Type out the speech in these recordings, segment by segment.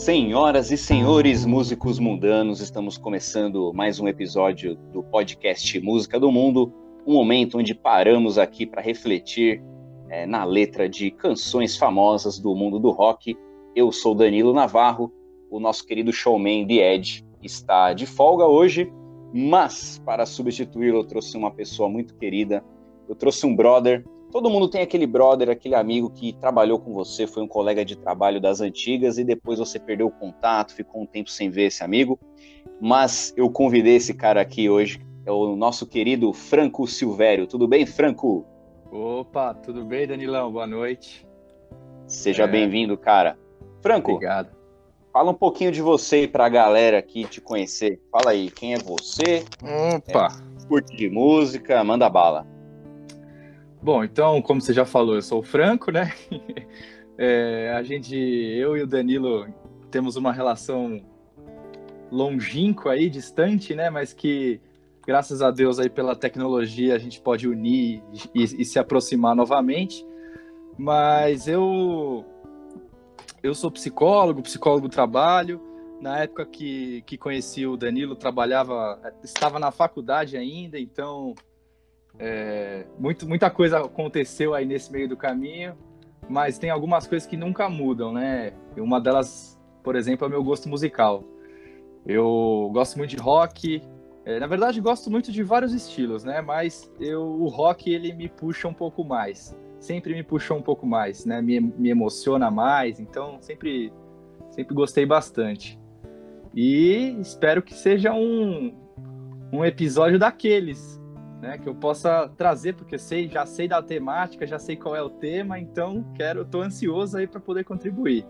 Senhoras e senhores músicos mundanos, estamos começando mais um episódio do podcast Música do Mundo, um momento onde paramos aqui para refletir na letra de canções famosas do mundo do rock. Eu sou Danilo Navarro, o nosso querido showman The Edge está de folga hoje, mas para substituí-lo eu trouxe uma pessoa muito querida, eu trouxe um brother. Todo mundo tem aquele brother, aquele amigo que trabalhou com você, foi um colega de trabalho das antigas e depois você perdeu o contato, ficou um tempo sem ver esse amigo. Mas eu convidei esse cara aqui hoje, é o nosso querido Franco Silvério. Tudo bem, Franco? Opa, tudo bem, Danilão? Boa noite. Seja bem-vindo, cara. Franco, Obrigado. Fala um pouquinho de você para a galera aqui te conhecer. Fala aí, quem é você? Opa! Curte de música, manda bala. Bom, então, como você já falou, eu sou o Franco, né? Eu e o Danilo temos uma relação longínqua aí, distante, né? Mas que, graças a Deus, aí pela tecnologia, a gente pode unir e se aproximar novamente. Mas eu sou psicólogo do trabalho. Na época que conheci o Danilo, estava na faculdade ainda, então... muita coisa aconteceu aí nesse meio do caminho, mas tem algumas coisas que nunca mudam, né? E uma delas, por exemplo, é o meu gosto musical. Eu gosto muito de rock, na verdade gosto muito de vários estilos, né? Mas o rock, ele me puxa um pouco mais, sempre me puxou um pouco mais, né? Me emociona mais, então sempre gostei bastante. E espero que seja um episódio daqueles, né, que eu possa trazer, porque já sei da temática, já sei qual é o tema, então tô ansioso aí para poder contribuir.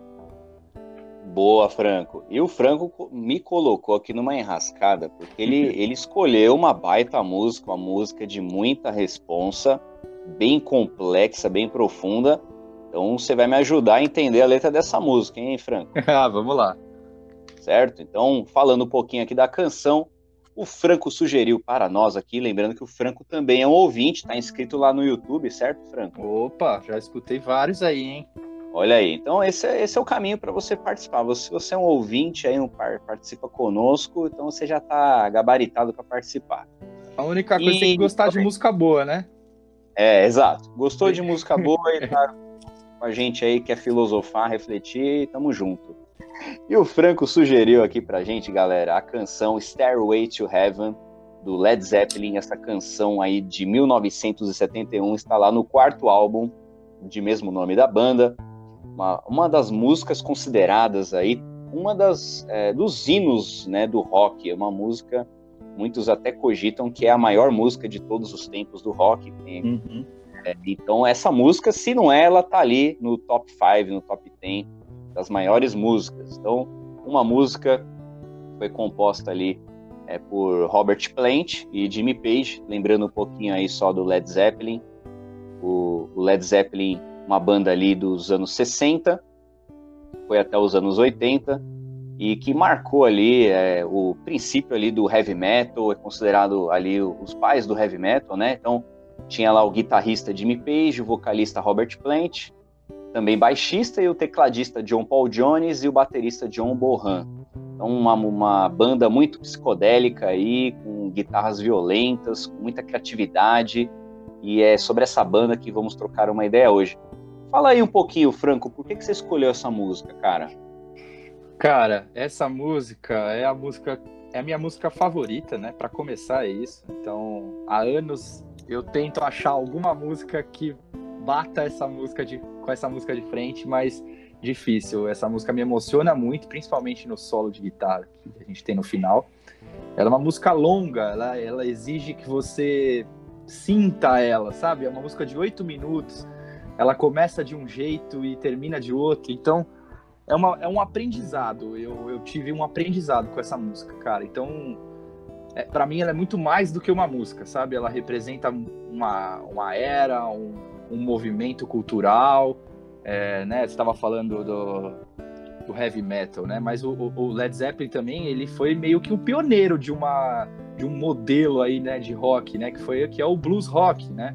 Boa, Franco. E o Franco me colocou aqui numa enrascada, porque ele escolheu uma baita música, uma música de muita responsa, bem complexa, bem profunda. Então você vai me ajudar a entender a letra dessa música, hein, Franco? Vamos lá. Certo? Então, falando um pouquinho aqui da canção, o Franco sugeriu para nós aqui, lembrando que o Franco também é um ouvinte, está inscrito lá no YouTube, certo, Franco? Opa, já escutei vários aí, hein? Olha aí, então esse é o caminho para você participar. Se você é um ouvinte, aí participa conosco, então você já está gabaritado para participar. A única coisa é tem que gostar de música boa, né? Exato. Gostou de música boa e tá com a gente aí, quer filosofar, refletir, tamo junto. E o Franco sugeriu aqui pra gente, galera, a canção Stairway to Heaven, do Led Zeppelin. Essa canção aí de 1971 está lá no quarto álbum de mesmo nome da banda. Uma das músicas consideradas aí, dos hinos, né, do rock. É uma música, muitos até cogitam que é a maior música de todos os tempos do rock. Então essa música, se não é, ela tá ali no top 5, no top 10 das maiores músicas. Então, uma música foi composta ali por Robert Plant e Jimmy Page, lembrando um pouquinho aí só do Led Zeppelin. O Led Zeppelin, uma banda ali dos anos 60, foi até os anos 80, e que marcou ali o princípio ali do heavy metal, é considerado ali os pais do heavy metal, né? Então, tinha lá o guitarrista Jimmy Page, o vocalista Robert Plant, também baixista, e o tecladista John Paul Jones e o baterista John Bonham. Então uma banda muito psicodélica aí, com guitarras violentas, com muita criatividade, e é sobre essa banda que vamos trocar uma ideia hoje. Fala aí um pouquinho, Franco, por que você escolheu essa música, cara? Cara, essa música é a minha música favorita, né? Para começar, é isso. Então, há anos eu tento achar alguma música que bata com essa música de frente, mas difícil. Essa música me emociona muito, principalmente no solo de guitarra que a gente tem no final. Ela é uma música longa, ela exige que você sinta ela, sabe? É uma música de 8 minutos, ela começa de um jeito e termina de outro, então é um aprendizado. Eu tive um aprendizado com essa música, cara. Então, para mim ela é muito mais do que uma música, sabe? Ela representa uma era, um movimento cultural, né? Você estava falando do heavy metal, né? Mas o Led Zeppelin também, ele foi meio que o pioneiro de um modelo aí, né, de rock, né? Que é o blues rock, né?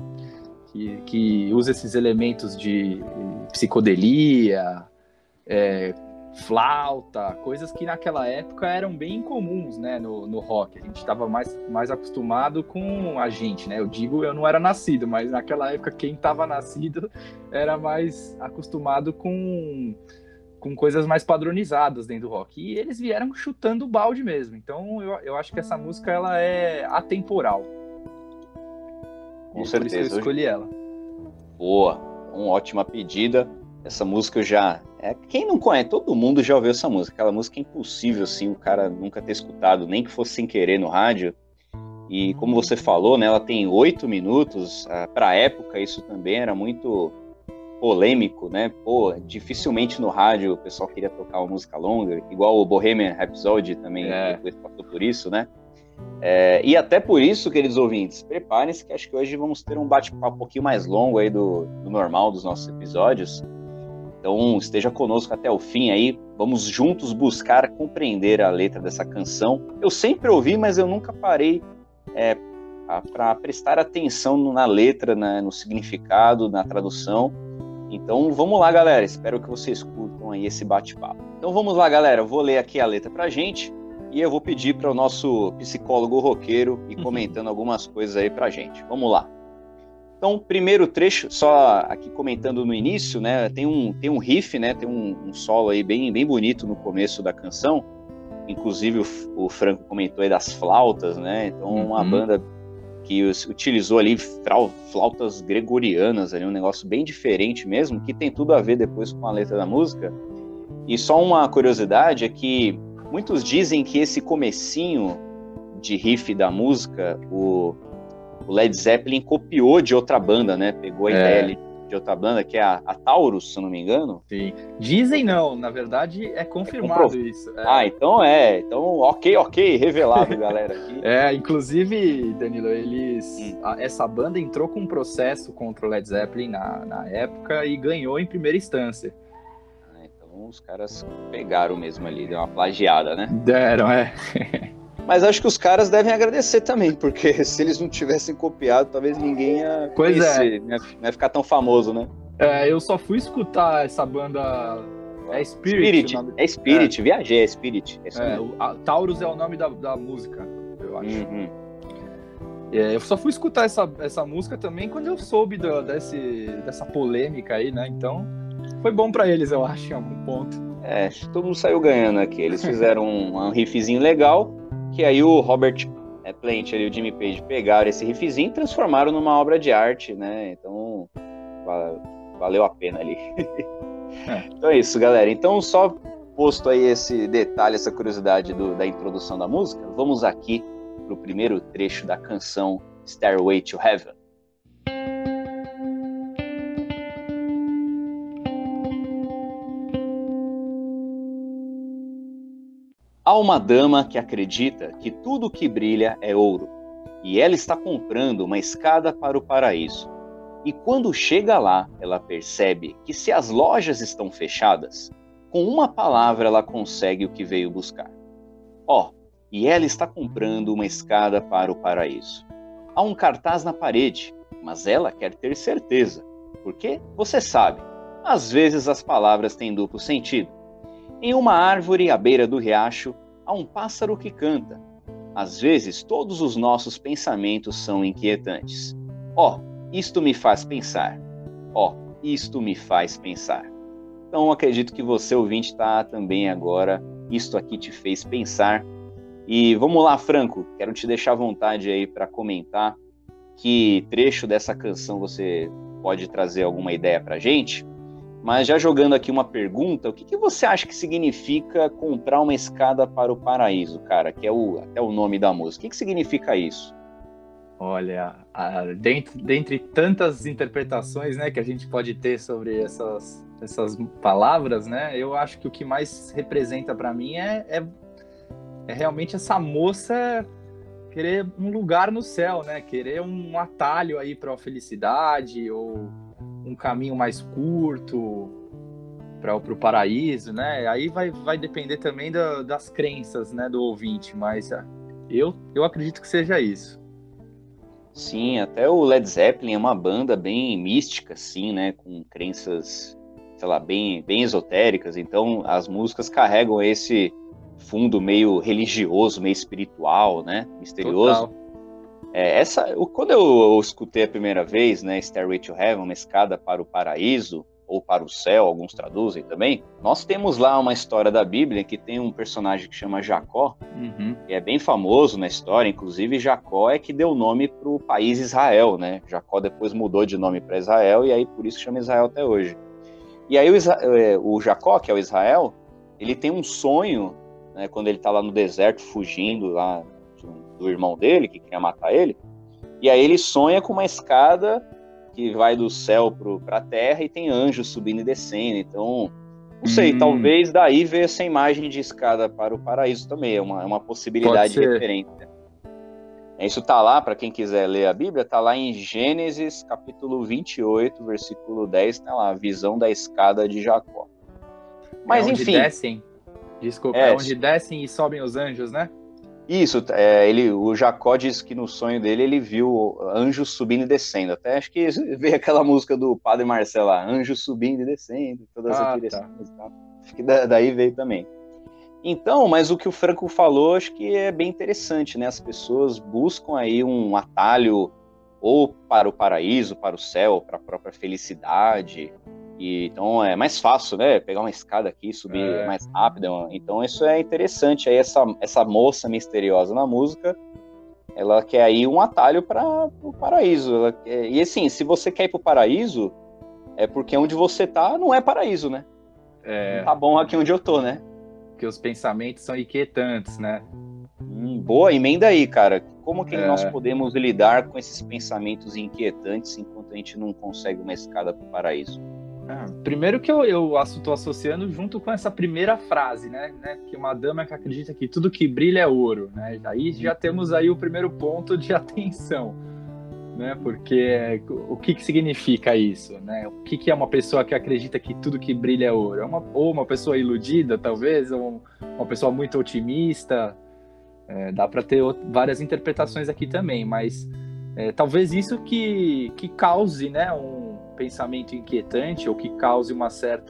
Que usa esses elementos de psicodelia, flauta, coisas que naquela época eram bem incomuns, né, no rock. A gente estava mais acostumado com a gente, né? Eu digo, eu não era nascido, mas naquela época quem estava nascido era mais acostumado com coisas mais padronizadas dentro do rock. E eles vieram chutando o balde mesmo. Então eu acho que essa música ela é atemporal. Com e certeza. Por isso que eu escolhi ela. Boa, uma ótima pedida. Essa música eu já... quem não conhece, todo mundo já ouviu essa música. Aquela música é impossível, assim, o cara nunca ter escutado, nem que fosse sem querer no rádio. E como você falou, né, ela tem 8 minutos. Pra época, isso também era muito polêmico, né? Pô, dificilmente no rádio o pessoal queria tocar uma música longa, igual o Bohemian Rhapsody também depois passou por isso, né? E até por isso, queridos ouvintes, preparem-se que acho que hoje vamos ter um bate-papo um pouquinho mais longo aí do normal dos nossos episódios. Então esteja conosco até o fim aí, vamos juntos buscar compreender a letra dessa canção. Eu sempre ouvi, mas eu nunca parei para prestar atenção na letra, né, no significado, na tradução. Então vamos lá, galera, espero que vocês curtam aí esse bate-papo. Então vamos lá, galera, eu vou ler aqui a letra pra gente e eu vou pedir para o nosso psicólogo roqueiro ir comentando algumas coisas aí pra gente. Vamos lá. Então, primeiro trecho, só aqui comentando no início, né, tem um riff, né, tem um solo aí bem bonito no começo da canção, inclusive o Franco comentou aí das flautas, né, então uma banda que utilizou ali flautas gregorianas, ali, um negócio bem diferente mesmo, que tem tudo a ver depois com a letra da música. E só uma curiosidade é que muitos dizem que esse comecinho de riff da música, o Led Zeppelin copiou de outra banda, né? Pegou a ideia ali de outra banda, que é a Taurus, se eu não me engano. Sim. Dizem não, na verdade é confirmado isso. Então ok, revelado, galera. Aqui. Inclusive, Danilo, essa banda entrou com um processo contra o Led Zeppelin na época e ganhou em primeira instância. Então os caras pegaram mesmo ali, deu uma plagiada, né? Deram, Mas acho que os caras devem agradecer também, porque se eles não tivessem copiado, talvez ninguém ia conhecer, não ia ficar tão famoso, né? Eu só fui escutar essa banda... Spirit. É Spirit, viajei, é Spirit. Taurus é o nome da música, eu acho. Eu só fui escutar essa música também quando eu soube dessa polêmica aí, né? Então, foi bom pra eles, eu acho, em algum ponto. Todo mundo saiu ganhando aqui. Eles fizeram um riffzinho legal, que aí o Robert Plant e o Jimmy Page pegaram esse riffzinho e transformaram numa obra de arte, né? Então, valeu a pena ali. Então é isso, galera. Então, só posto aí esse detalhe, essa curiosidade da introdução da música, vamos aqui pro primeiro trecho da canção Stairway to Heaven. Há uma dama que acredita que tudo que brilha é ouro, e ela está comprando uma escada para o paraíso. E quando chega lá, ela percebe que se as lojas estão fechadas, com uma palavra ela consegue o que veio buscar. E ela está comprando uma escada para o paraíso. Há um cartaz na parede, mas ela quer ter certeza, porque, você sabe, às vezes as palavras têm duplo sentido. Em uma árvore à beira do riacho, há um pássaro que canta. Às vezes, todos os nossos pensamentos são inquietantes. Isto me faz pensar. Isto me faz pensar. Então, acredito que você, ouvinte, está também agora. Isto aqui te fez pensar. E vamos lá, Franco. Quero te deixar à vontade aí para comentar que trecho dessa canção você pode trazer alguma ideia para a gente. Mas já jogando aqui uma pergunta, o que você acha que significa comprar uma escada para o paraíso, cara? Que é até o nome da música. O que significa isso? Olha, dentre tantas interpretações, né, que a gente pode ter sobre essas palavras, né, eu acho que o que mais representa para mim é realmente essa moça querer um lugar no céu, né, querer um atalho aí para a felicidade ou um caminho mais curto para o paraíso, né? Aí vai depender também das crenças, né, do ouvinte, mas eu acredito que seja isso. Sim, até o Led Zeppelin é uma banda bem mística, assim, né? Com crenças sei lá, bem esotéricas. Então, as músicas carregam esse fundo meio religioso, meio espiritual, né? Misterioso. Total. Quando eu escutei a primeira vez, né, Stairway to Heaven, uma escada para o paraíso, ou para o céu, alguns traduzem também, nós temos lá uma história da Bíblia que tem um personagem que chama Jacó, que é bem famoso na história, inclusive Jacó é que deu o nome para o país Israel, né? Jacó depois mudou de nome para Israel, e aí por isso chama Israel até hoje. E aí o Jacó, que é o Israel, ele tem um sonho, né, quando ele está lá no deserto, fugindo lá do irmão dele, que quer matar ele, e aí ele sonha com uma escada que vai do céu para a terra e tem anjos subindo e descendo. Então, não sei, talvez daí veio essa imagem de escada para o paraíso também, é uma possibilidade de referência. Isso tá lá, para quem quiser ler a Bíblia, tá lá em Gênesis, capítulo 28, versículo 10, tá lá, a visão da escada de Jacó. Mas, onde enfim... descem, desculpa, é onde descem e sobem os anjos, né? Isso, o Jacó diz que no sonho dele ele viu anjos subindo e descendo. Até acho que veio aquela música do Padre Marcelo lá, anjos subindo e descendo, todas as direções. Tá. Acho que daí veio também. Então, mas o que o Franco falou, acho que é bem interessante, né? As pessoas buscam aí um atalho ou para o paraíso, para o céu, para a própria felicidade. Então é mais fácil, né? Pegar uma escada aqui, subir mais rápido. Então isso é interessante. Aí essa moça misteriosa na música, ela quer aí um atalho para o paraíso. E assim, se você quer ir para o paraíso, é porque onde você tá não é paraíso, né? Não tá bom aqui onde eu tô, né? Porque os pensamentos são inquietantes, né? Boa, emenda aí, cara. Como que nós podemos lidar com esses pensamentos inquietantes enquanto a gente não consegue uma escada para o paraíso? Primeiro que eu estou associando junto com essa primeira frase, né? Que uma dama que acredita que tudo que brilha é ouro, né? Aí já temos aí o primeiro ponto de atenção, né? Porque o que significa isso, né? O que é uma pessoa que acredita que tudo que brilha é ouro? Ou uma pessoa iludida, talvez, ou uma pessoa muito otimista. Dá para ter várias interpretações aqui também, mas talvez isso que cause, né, um pensamento inquietante, ou que cause um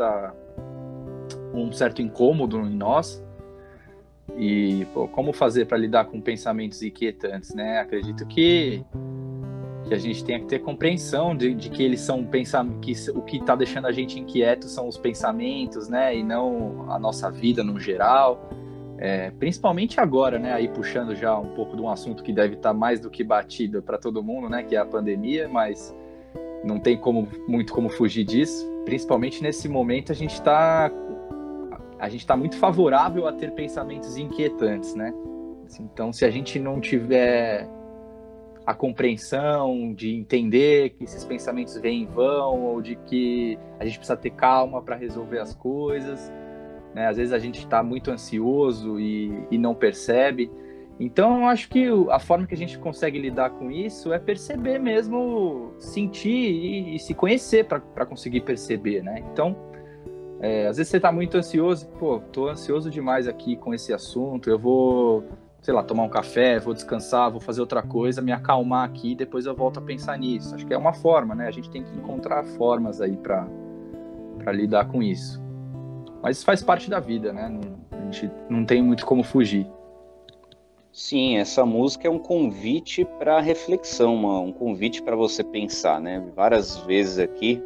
certo incômodo em nós. E como fazer para lidar com pensamentos inquietantes, né? Acredito que a gente tem que ter compreensão de que eles são pensamentos, que o que está deixando a gente inquieto são os pensamentos, né? E não a nossa vida no geral. Principalmente agora, né? Aí puxando já um pouco de um assunto que deve estar mais do que batido para todo mundo, né? Que é a pandemia, mas não tem muito como fugir disso. Principalmente nesse momento a gente está muito favorável a ter pensamentos inquietantes, né? Então, se a gente não tiver a compreensão de entender que esses pensamentos vêm e vão, ou de que a gente precisa ter calma para resolver as coisas, né? Às vezes a gente está muito ansioso e não percebe. Então, eu acho que a forma que a gente consegue lidar com isso é perceber mesmo, sentir e se conhecer para conseguir perceber, né? Então, às vezes você está muito ansioso, tô ansioso demais aqui com esse assunto, eu vou, sei lá, tomar um café, vou descansar, vou fazer outra coisa, me acalmar aqui e depois eu volto a pensar nisso. Acho que é uma forma, né? A gente tem que encontrar formas aí para lidar com isso. Mas isso faz parte da vida, né? A gente não tem muito como fugir. Sim, essa música é um convite para reflexão, um convite para você pensar, né? Várias vezes aqui,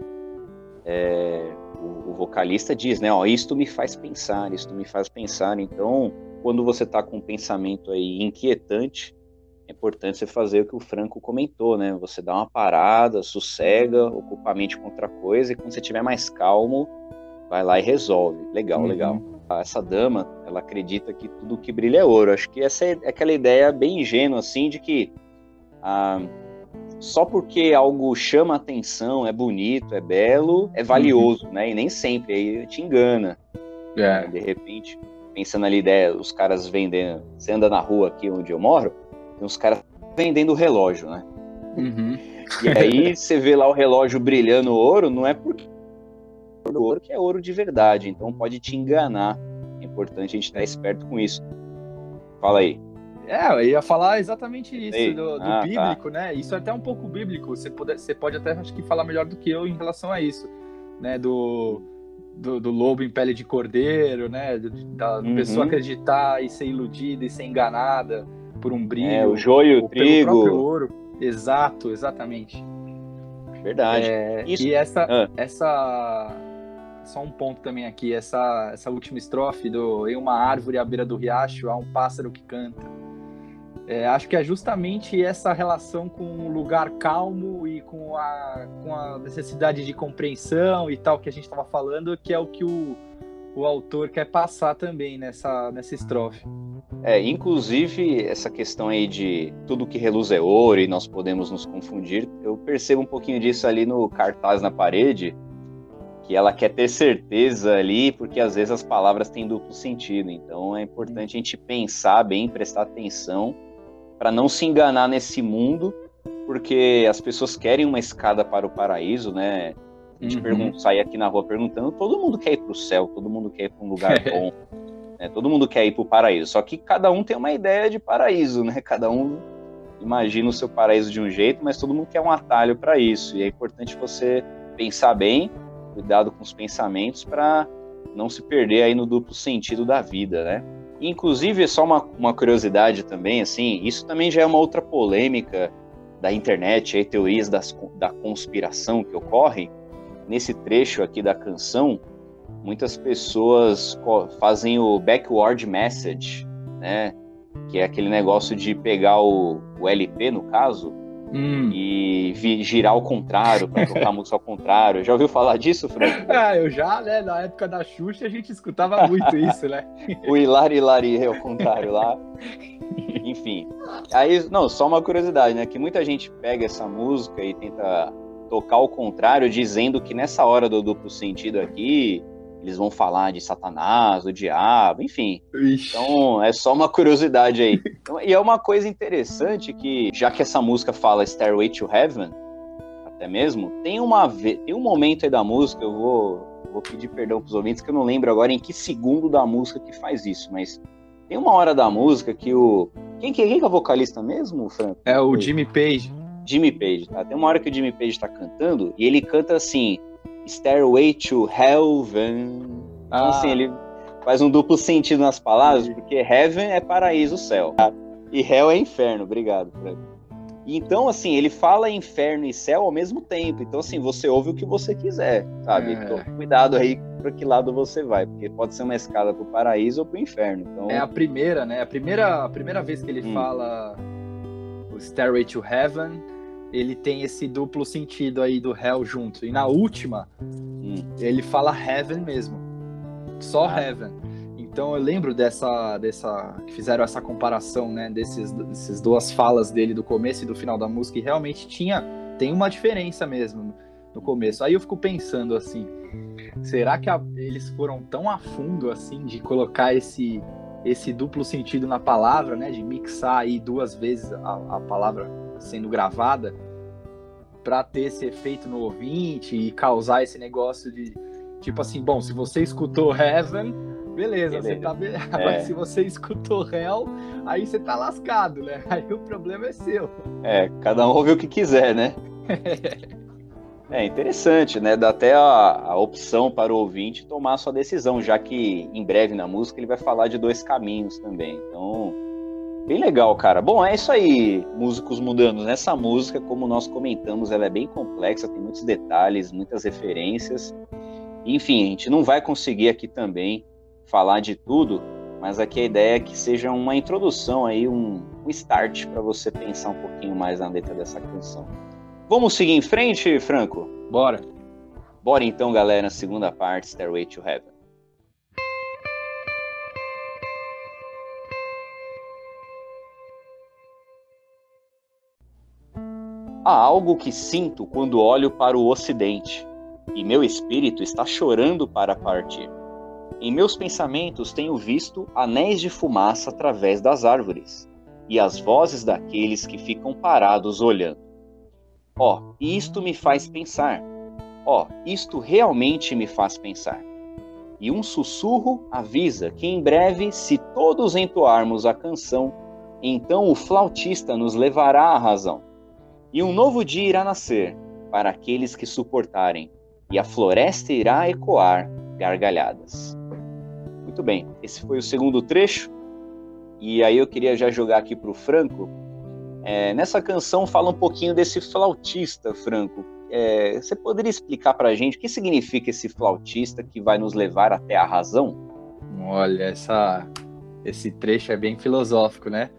o vocalista diz, né? Isto me faz pensar, isto me faz pensar. Então, quando você está com um pensamento aí inquietante, é importante você fazer o que o Franco comentou, né? Você dá uma parada, sossega, ocupa a mente com outra coisa, e quando você estiver mais calmo, vai lá e resolve. Legal, legal. Essa dama, ela acredita que tudo que brilha é ouro. Acho que essa é aquela ideia bem ingênua, assim, de que só porque algo chama atenção, é bonito, é belo, é valioso, né? E nem sempre, aí te engana. De repente, pensando ali, os caras vendendo... Você anda na rua aqui onde eu moro, tem uns caras vendendo relógio, né? E aí você vê lá o relógio brilhando ouro, não é porque do ouro que é ouro de verdade, então pode te enganar. É importante a gente estar esperto com isso. Fala aí. Eu ia falar exatamente isso, do bíblico, né? Isso é até um pouco bíblico, você pode até, acho que, falar melhor do que eu em relação a isso, né? Do do lobo em pele de cordeiro, né? Da pessoa acreditar e ser iludida e ser enganada por um brilho. O joio e o ou pelo próprio trigo. ouro. Exato, exatamente. Verdade. Isso. E só um ponto também aqui, essa última estrofe em uma árvore à beira do riacho há um pássaro que canta. Acho que é justamente essa relação com um lugar calmo e com a necessidade de compreensão e tal que a gente estava falando, que é o que o autor quer passar também nessa estrofe. Inclusive, essa questão aí de tudo que reluz é ouro e nós podemos nos confundir, eu percebo um pouquinho disso ali no cartaz na parede, que ela quer ter certeza ali, porque às vezes as palavras têm duplo sentido. Então é importante a gente pensar bem, prestar atenção, para não se enganar nesse mundo, porque as pessoas querem uma escada para o paraíso, né? A gente sai aqui na rua perguntando, todo mundo quer ir para o céu, todo mundo quer ir para um lugar bom, né? Todo mundo quer ir para o paraíso, só que cada um tem uma ideia de paraíso, né? Cada um imagina o seu paraíso de um jeito, mas todo mundo quer um atalho para isso, e é importante você pensar bem, cuidado com os pensamentos, para não se perder aí no duplo sentido da vida, né? Inclusive, só uma curiosidade também, assim, isso também já é uma outra polêmica da internet, aí, teorias da conspiração que ocorrem. Nesse trecho aqui da canção, muitas pessoas fazem o backward message, né? Que é aquele negócio de pegar o LP, no caso, e girar ao contrário, para tocar a música ao contrário. Já ouviu falar disso, Franco? Eu já, né? Na época da Xuxa a gente escutava muito isso, né? O Hilari Hilari ao contrário lá. Enfim. Aí, não, só uma curiosidade, né? Que muita gente pega essa música e tenta tocar ao contrário, dizendo que nessa hora do duplo sentido aqui, eles vão falar de Satanás, do diabo, enfim. Ixi. Então, é só uma curiosidade aí. E é uma coisa interessante que, já que essa música fala Stairway to Heaven, até mesmo, tem um momento aí da música, eu vou pedir perdão pros ouvintes, que eu não lembro agora em que segundo da música que faz isso, mas tem uma hora da música que Quem que é o vocalista mesmo, Franco? É o Jimmy Page. Jimmy Page, tá? Tem uma hora que o Jimmy Page tá cantando e ele canta assim... Stairway to Heaven. Então, assim, ele faz um duplo sentido nas palavras, porque Heaven é paraíso, céu. E Hell é inferno. Obrigado, Franco. Então, assim, ele fala inferno e céu ao mesmo tempo. Então, assim, você ouve o que você quiser, sabe? Então, cuidado aí para que lado você vai, porque pode ser uma escada pro paraíso ou pro inferno. Então... É a primeira, né? A primeira vez que ele fala o Stairway to Heaven, ele tem esse duplo sentido aí do Hell junto. E na última, ele fala Heaven mesmo. Só Heaven. Então eu lembro que fizeram essa comparação, né? Desses duas falas dele do começo e do final da música. E realmente tem uma diferença mesmo no começo. Aí eu fico pensando assim, será que eles foram tão a fundo assim de colocar esse duplo sentido na palavra, né? De mixar aí duas vezes a palavra sendo gravada para ter esse efeito no ouvinte e causar esse negócio de tipo assim, bom, se você escutou Heaven, beleza. Você tá... Agora se você escutou Hell, aí você tá lascado, né? Aí o problema é seu. Cada um ouve o que quiser, né? É interessante, né? Dá até a opção para o ouvinte tomar a sua decisão, já que em breve na música ele vai falar de dois caminhos também. Então, bem legal, cara. Bom, é isso aí, músicos mundanos. Essa música, como nós comentamos, ela é bem complexa, tem muitos detalhes, muitas referências. Enfim, a gente não vai conseguir aqui também falar de tudo, mas aqui a ideia é que seja uma introdução aí, um start para você pensar um pouquinho mais na letra dessa canção. Vamos seguir em frente, Franco? Bora. Bora então, galera, na segunda parte, Stairway to Heaven. Há algo que sinto quando olho para o ocidente, e meu espírito está chorando para partir. Em meus pensamentos tenho visto anéis de fumaça através das árvores, e as vozes daqueles que ficam parados olhando. Isto me faz pensar. Isto realmente me faz pensar. E um sussurro avisa que em breve, se todos entoarmos a canção, então o flautista nos levará à razão. E um novo dia irá nascer para aqueles que suportarem, e a floresta irá ecoar gargalhadas. Muito bem, esse foi o segundo trecho. E aí eu queria já jogar aqui para o Franco. Nessa canção fala um pouquinho desse flautista, Franco. Você poderia explicar para a gente o que significa esse flautista que vai nos levar até a razão? Olha, esse trecho é bem filosófico, né?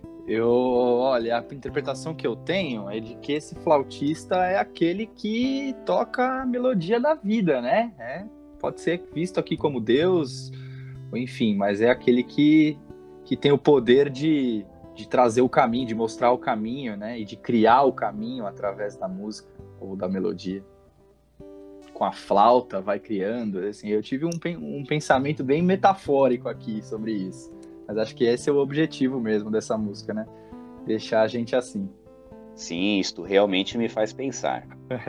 Olha, a interpretação que eu tenho é de que esse flautista é aquele que toca a melodia da vida, né? Pode ser visto aqui como Deus, enfim, mas é aquele que tem o poder de trazer o caminho, de mostrar o caminho, né? E de criar o caminho através da música ou da melodia. Com a flauta vai criando, assim, eu tive um pensamento bem metafórico aqui sobre isso. Mas acho que esse é o objetivo mesmo dessa música, né? Deixar a gente assim. Sim, isto realmente me faz pensar.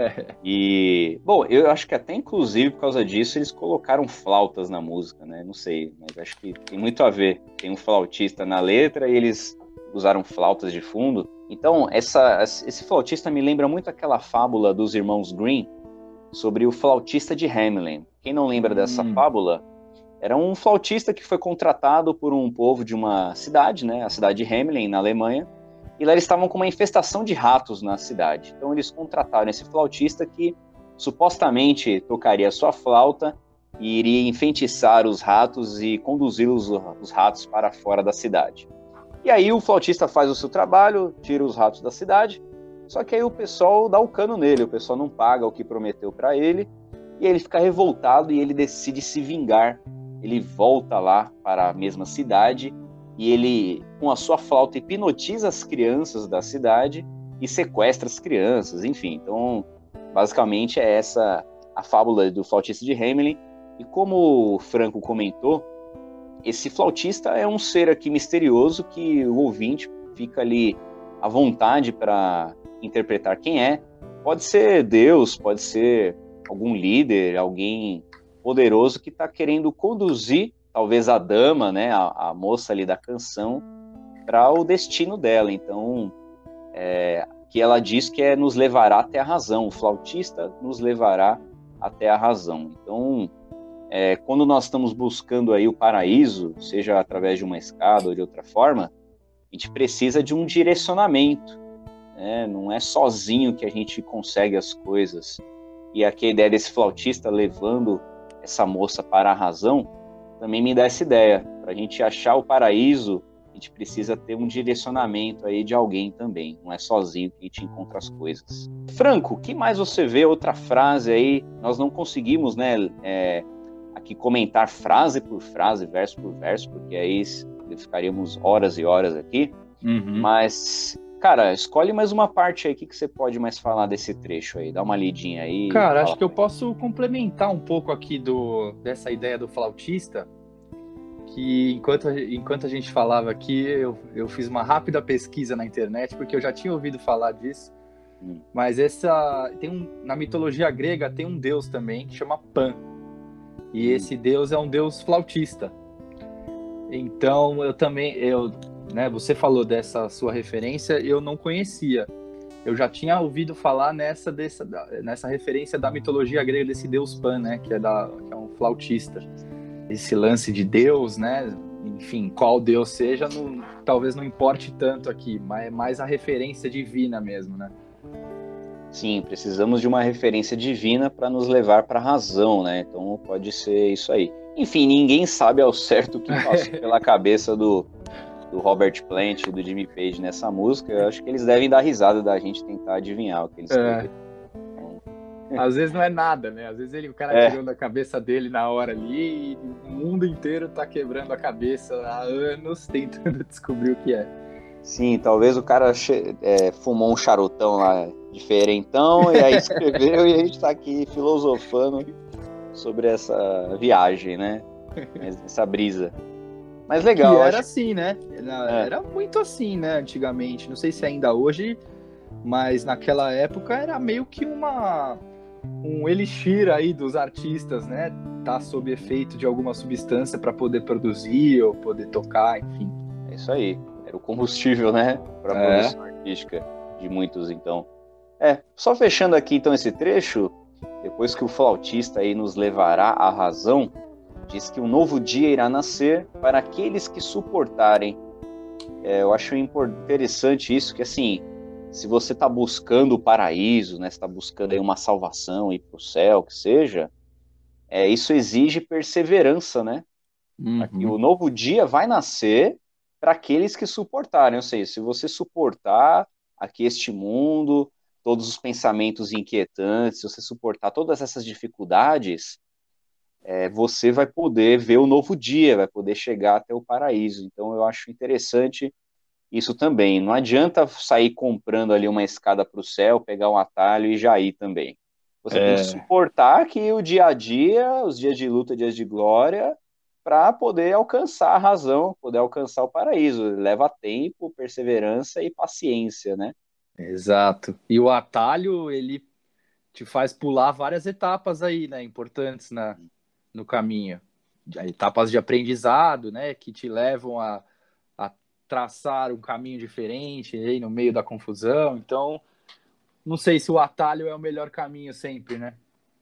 E, bom, eu acho que até inclusive por causa disso eles colocaram flautas na música, né? Não sei, mas acho que tem muito a ver. Tem um flautista na letra e eles usaram flautas de fundo. Então, esse flautista me lembra muito aquela fábula dos irmãos Grimm sobre o flautista de Hamelin. Quem não lembra dessa fábula? Era um flautista que foi contratado por um povo de uma cidade, né? A cidade de Hamelin, na Alemanha. E lá eles estavam com uma infestação de ratos na cidade. Então eles contrataram esse flautista que supostamente tocaria a sua flauta e iria enfeitiçar os ratos e conduzi-los, os ratos, para fora da cidade. E aí o flautista faz o seu trabalho, tira os ratos da cidade, só que aí o pessoal dá o cano nele, o pessoal não paga o que prometeu para ele, e aí ele fica revoltado e ele decide se vingar. Ele volta lá para a mesma cidade e ele, com a sua flauta, hipnotiza as crianças da cidade e sequestra as crianças, enfim. Então, basicamente é essa a fábula do flautista de Hamelin. E como o Franco comentou, esse flautista é um ser aqui misterioso que o ouvinte fica ali à vontade para interpretar quem é. Pode ser Deus, pode ser algum líder, alguém poderoso que está querendo conduzir, talvez a dama, né, a moça ali da canção, para o destino dela. Então, que ela diz que nos levará até a razão. O flautista nos levará até a razão. Então, quando nós estamos buscando aí o paraíso, seja através de uma escada ou de outra forma, a gente precisa de um direcionamento, né? Não é sozinho que a gente consegue as coisas. E aqui a ideia desse flautista levando essa moça para a razão também me dá essa ideia. Para a gente achar o paraíso, a gente precisa ter um direcionamento aí de alguém também. Não é sozinho que a gente encontra as coisas. Franco, o que mais você vê? Outra frase aí, nós não conseguimos, né, aqui comentar frase por frase, verso por verso, porque aí ficaríamos horas e horas aqui. Mas, cara, escolhe mais uma parte aí. O que você pode mais falar desse trecho aí? Dá uma lidinha aí. Cara, acho que eu posso complementar um pouco aqui dessa ideia do flautista, que enquanto a gente falava aqui, eu fiz uma rápida pesquisa na internet, porque eu já tinha ouvido falar disso, mas na mitologia grega tem um deus também, que chama Pan, e esse deus é um deus flautista. Então, né, você falou dessa sua referência, eu não conhecia. Eu já tinha ouvido falar nessa referência da mitologia grega desse deus Pan, né, que é um flautista. Esse lance de Deus, né, enfim, qual Deus seja, talvez não importe tanto aqui, mas é mais a referência divina mesmo, né? Sim, precisamos de uma referência divina para nos levar para a razão, né? Então pode ser isso aí. Enfim, ninguém sabe ao certo o que passou pela cabeça do Robert Plant e do Jimmy Page nessa música. Eu acho que eles devem dar risada da gente tentar adivinhar o que eles querem. Às vezes não é nada, né? Às vezes o cara tirou da cabeça dele na hora ali e o mundo inteiro tá quebrando a cabeça há anos tentando descobrir o que é. Sim, talvez o cara fumou um charutão lá diferentão e aí escreveu e a gente tá aqui filosofando sobre essa viagem, né? Essa brisa. Mas legal. E era assim, né? Era muito assim, né? Antigamente. Não sei se ainda hoje, mas naquela época era meio que um elixir aí dos artistas, né? Tá sob efeito de alguma substância para poder produzir ou poder tocar, enfim. É isso aí. Era o combustível, né? Para a produção artística de muitos, então. Só fechando aqui, então, esse trecho, depois que o flautista aí nos levará à razão, diz que um novo dia irá nascer para aqueles que suportarem. Eu acho interessante isso, que assim, se você está buscando o paraíso, né, você está buscando aí uma salvação, ir para o céu, que seja, isso exige perseverança, né? Aqui, o novo dia vai nascer para aqueles que suportarem. Ou seja, se você suportar aqui este mundo, todos os pensamentos inquietantes, se você suportar todas essas dificuldades, você vai poder ver o novo dia, vai poder chegar até o paraíso. Então eu acho interessante isso também. Não adianta sair comprando ali uma escada para o céu, pegar um atalho e já ir também. Você tem que suportar que o dia a dia, os dias de luta, dias de glória, para poder alcançar a razão, poder alcançar o paraíso. Leva tempo, perseverança e paciência, né? Exato. E o atalho, ele te faz pular várias etapas aí, né, importantes no caminho. Etapas de aprendizado, né, que te levam a traçar um caminho diferente aí no meio da confusão. Então, não sei se o atalho é o melhor caminho sempre, né?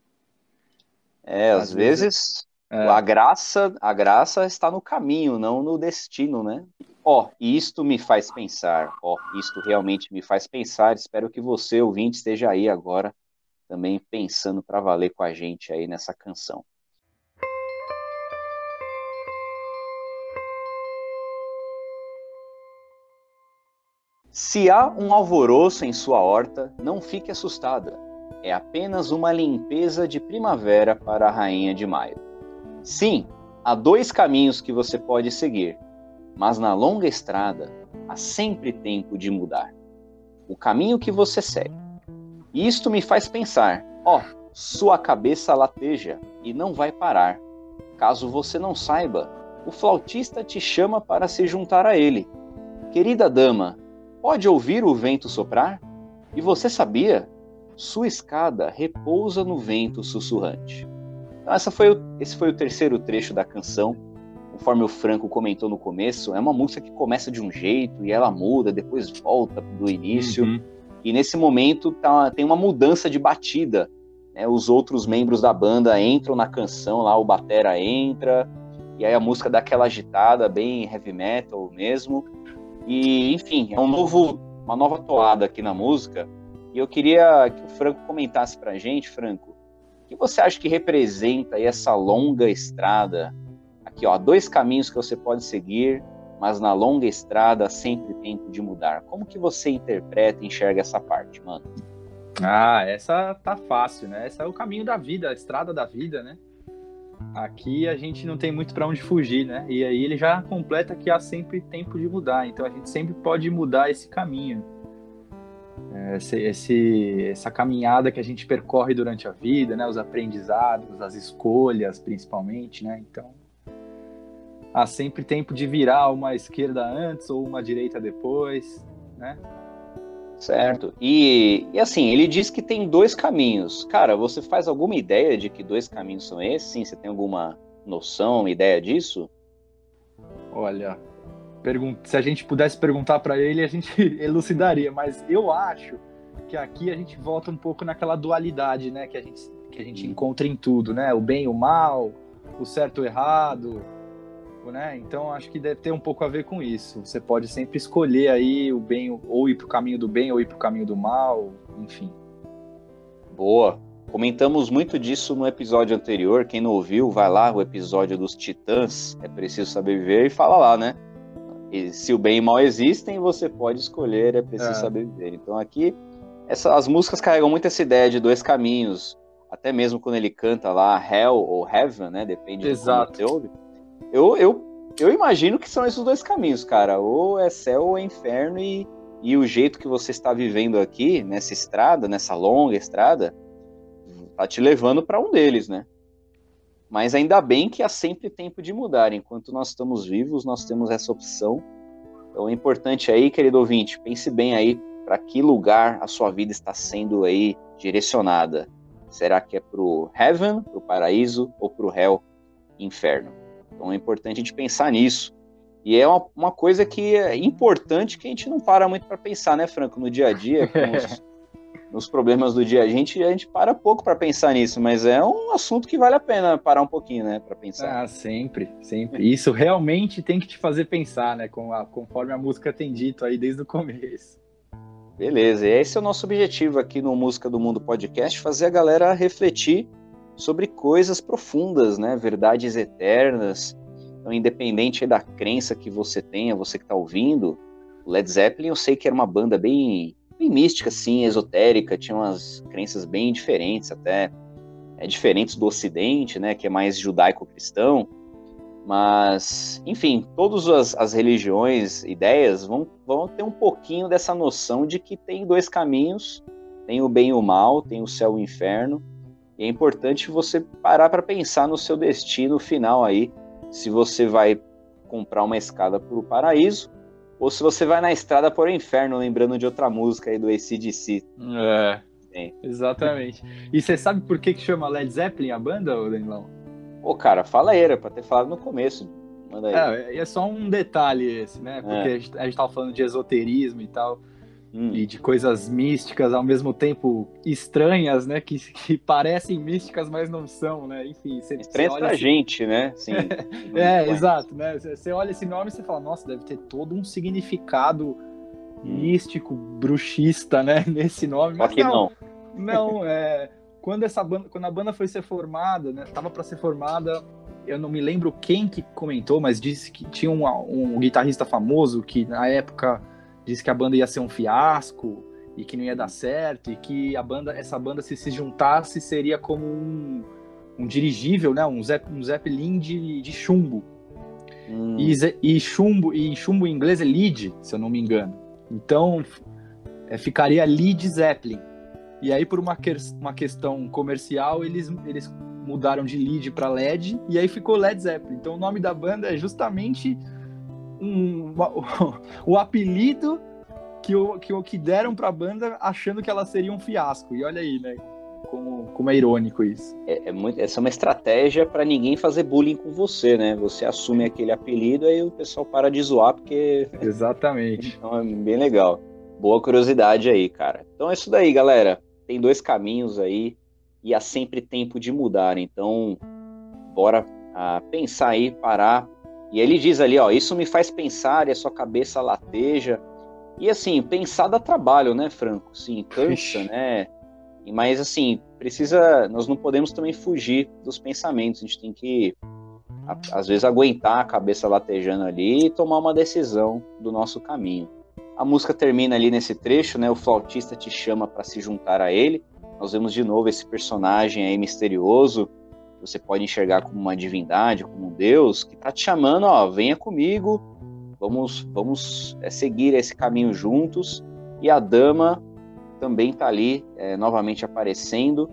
Às vezes a graça está no caminho, não no destino, né? Isto me faz pensar. Isto realmente me faz pensar. Espero que você, ouvinte, esteja aí agora também pensando para valer com a gente aí nessa canção. Se há um alvoroço em sua horta, não fique assustada. É apenas uma limpeza de primavera para a rainha de maio. Sim, há 2 caminhos que você pode seguir, mas na longa estrada há sempre tempo de mudar. O caminho que você segue. E isto me faz pensar, sua cabeça lateja e não vai parar. Caso você não saiba, o flautista te chama para se juntar a ele. Querida dama, pode ouvir o vento soprar? E você sabia? Sua escada repousa no vento sussurrante. Então esse foi o terceiro trecho da canção. Conforme o Franco comentou no começo, é uma música que começa de um jeito e ela muda, depois volta do início. E nesse momento tem uma mudança de batida. Né? Os outros membros da banda entram na canção, lá o batera entra, e aí a música dá aquela agitada, bem heavy metal mesmo. E, enfim, é uma nova toada aqui na música. E eu queria que o Franco comentasse pra gente, Franco, o que você acha que representa aí essa longa estrada? Aqui, 2 caminhos que você pode seguir, mas na longa estrada há sempre tempo de mudar. Como que você interpreta e enxerga essa parte, mano? Essa tá fácil, né? Essa é o caminho da vida, a estrada da vida, né? Aqui a gente não tem muito para onde fugir, né? E aí ele já completa que há sempre tempo de mudar. Então a gente sempre pode mudar esse caminho. Essa caminhada que a gente percorre durante a vida, né? Os aprendizados, as escolhas, principalmente, né? Então há sempre tempo de virar uma esquerda antes ou uma direita depois, né? Certo. E assim, ele diz que tem 2 caminhos. Cara, você faz alguma ideia de que 2 caminhos são esses? Sim, você tem alguma noção, ideia disso? Olha, se a gente pudesse perguntar para ele, a gente elucidaria, mas eu acho que aqui a gente volta um pouco naquela dualidade, né, que a gente encontra em tudo, né? O bem e o mal, o certo e o errado, né? Então acho que deve ter um pouco a ver com isso. Você pode sempre escolher aí o bem, ou ir para o caminho do bem, ou ir para o caminho do mal, enfim. Boa. Comentamos muito disso no episódio anterior. Quem não ouviu, vai lá, o episódio dos Titãs, É Preciso Saber Viver, e fala lá, né? E se o bem e o mal existem, você pode escolher, é preciso saber viver. Então aqui, as músicas carregam muito essa ideia de 2 caminhos. Até mesmo quando ele canta lá Hell ou Heaven, né? Depende de como você ouve. Eu imagino que são esses 2 caminhos, cara. Ou é céu ou é inferno, e o jeito que você está vivendo aqui, nessa estrada, nessa longa estrada, tá te levando para um deles, né? Mas ainda bem que há sempre tempo de mudar. Enquanto nós estamos vivos, nós temos essa opção. Então é importante aí, querido ouvinte, pense bem aí para que lugar a sua vida está sendo aí direcionada. Será que é pro Heaven, pro paraíso, ou pro Hell, inferno? Então é importante a gente pensar nisso. E é uma coisa que é importante, que a gente não para muito para pensar, né, Franco, no dia a dia, nos problemas do dia. A gente para pouco para pensar nisso, mas é um assunto que vale a pena parar um pouquinho, né, para pensar. Ah, sempre, sempre. Isso realmente tem que te fazer pensar, né? Conforme a música tem dito aí desde o começo. Beleza, e esse é o nosso objetivo aqui no Música do Mundo Podcast, fazer a galera refletir sobre coisas profundas, né? Verdades eternas. Então, independente da crença que você tenha, você que está ouvindo, o Led Zeppelin eu sei que era uma banda bem mística, assim, esotérica, tinha umas crenças bem diferentes, até diferentes do Ocidente, né? Que é mais judaico-cristão. Mas, enfim, todas as religiões, ideias, vão ter um pouquinho dessa noção de que tem dois caminhos, tem o bem e o mal, tem o céu e o inferno, e é importante você parar para pensar no seu destino final aí, se você vai comprar uma escada para o paraíso, ou se você vai na estrada para o inferno, lembrando de outra música aí do AC/DC. É, exatamente. E você sabe por que chama Led Zeppelin a banda, Danilão? Pô, cara, fala aí, era pra ter falado no começo. Manda aí. É só um detalhe esse, né? Porque a gente tava falando de esoterismo e tal, e de coisas místicas, ao mesmo tempo estranhas, né? Que parecem místicas, mas não são, né? Enfim, Estranho pra gente, né? Sim. Exato, né? Você olha esse nome e você fala, nossa, deve ter todo um significado místico, bruxista, né? Nesse nome. Só que não. Não, quando a banda foi ser formada, né? Tava para ser formada, eu não me lembro quem que comentou, mas disse que tinha um guitarrista famoso que na época disse que a banda ia ser um fiasco e que não ia dar certo e que essa banda se juntasse seria como um dirigível, né? Um Zeppelin de chumbo. E chumbo em inglês é lead, se eu não me engano. Então ficaria Lead Zeppelin. E aí, por uma questão comercial, eles mudaram de lead para LED, e aí ficou Led Zeppelin. Então, o nome da banda é justamente o apelido que deram para a banda, achando que ela seria um fiasco. E olha aí, né? Como é irônico isso. Essa é uma estratégia para ninguém fazer bullying com você, né? Você assume aquele apelido, aí o pessoal para de zoar, porque... Exatamente. Então, é bem legal. Boa curiosidade aí, cara. Então é isso daí, galera. Tem dois caminhos aí e há sempre tempo de mudar. Então, bora pensar aí, parar. E ele diz ali, ó, isso me faz pensar e a sua cabeça lateja. E assim, pensar dá trabalho, né, Franco? Sim, cansa, né? Mas assim, nós não podemos também fugir dos pensamentos. A gente tem que, às vezes, aguentar a cabeça latejando ali e tomar uma decisão do nosso caminho. A música termina ali nesse trecho, né? O flautista te chama para se juntar a ele. Nós vemos de novo esse personagem aí misterioso, que você pode enxergar como uma divindade, como um deus, que tá te chamando, ó, venha comigo, vamos seguir esse caminho juntos. E a dama também tá ali, novamente aparecendo.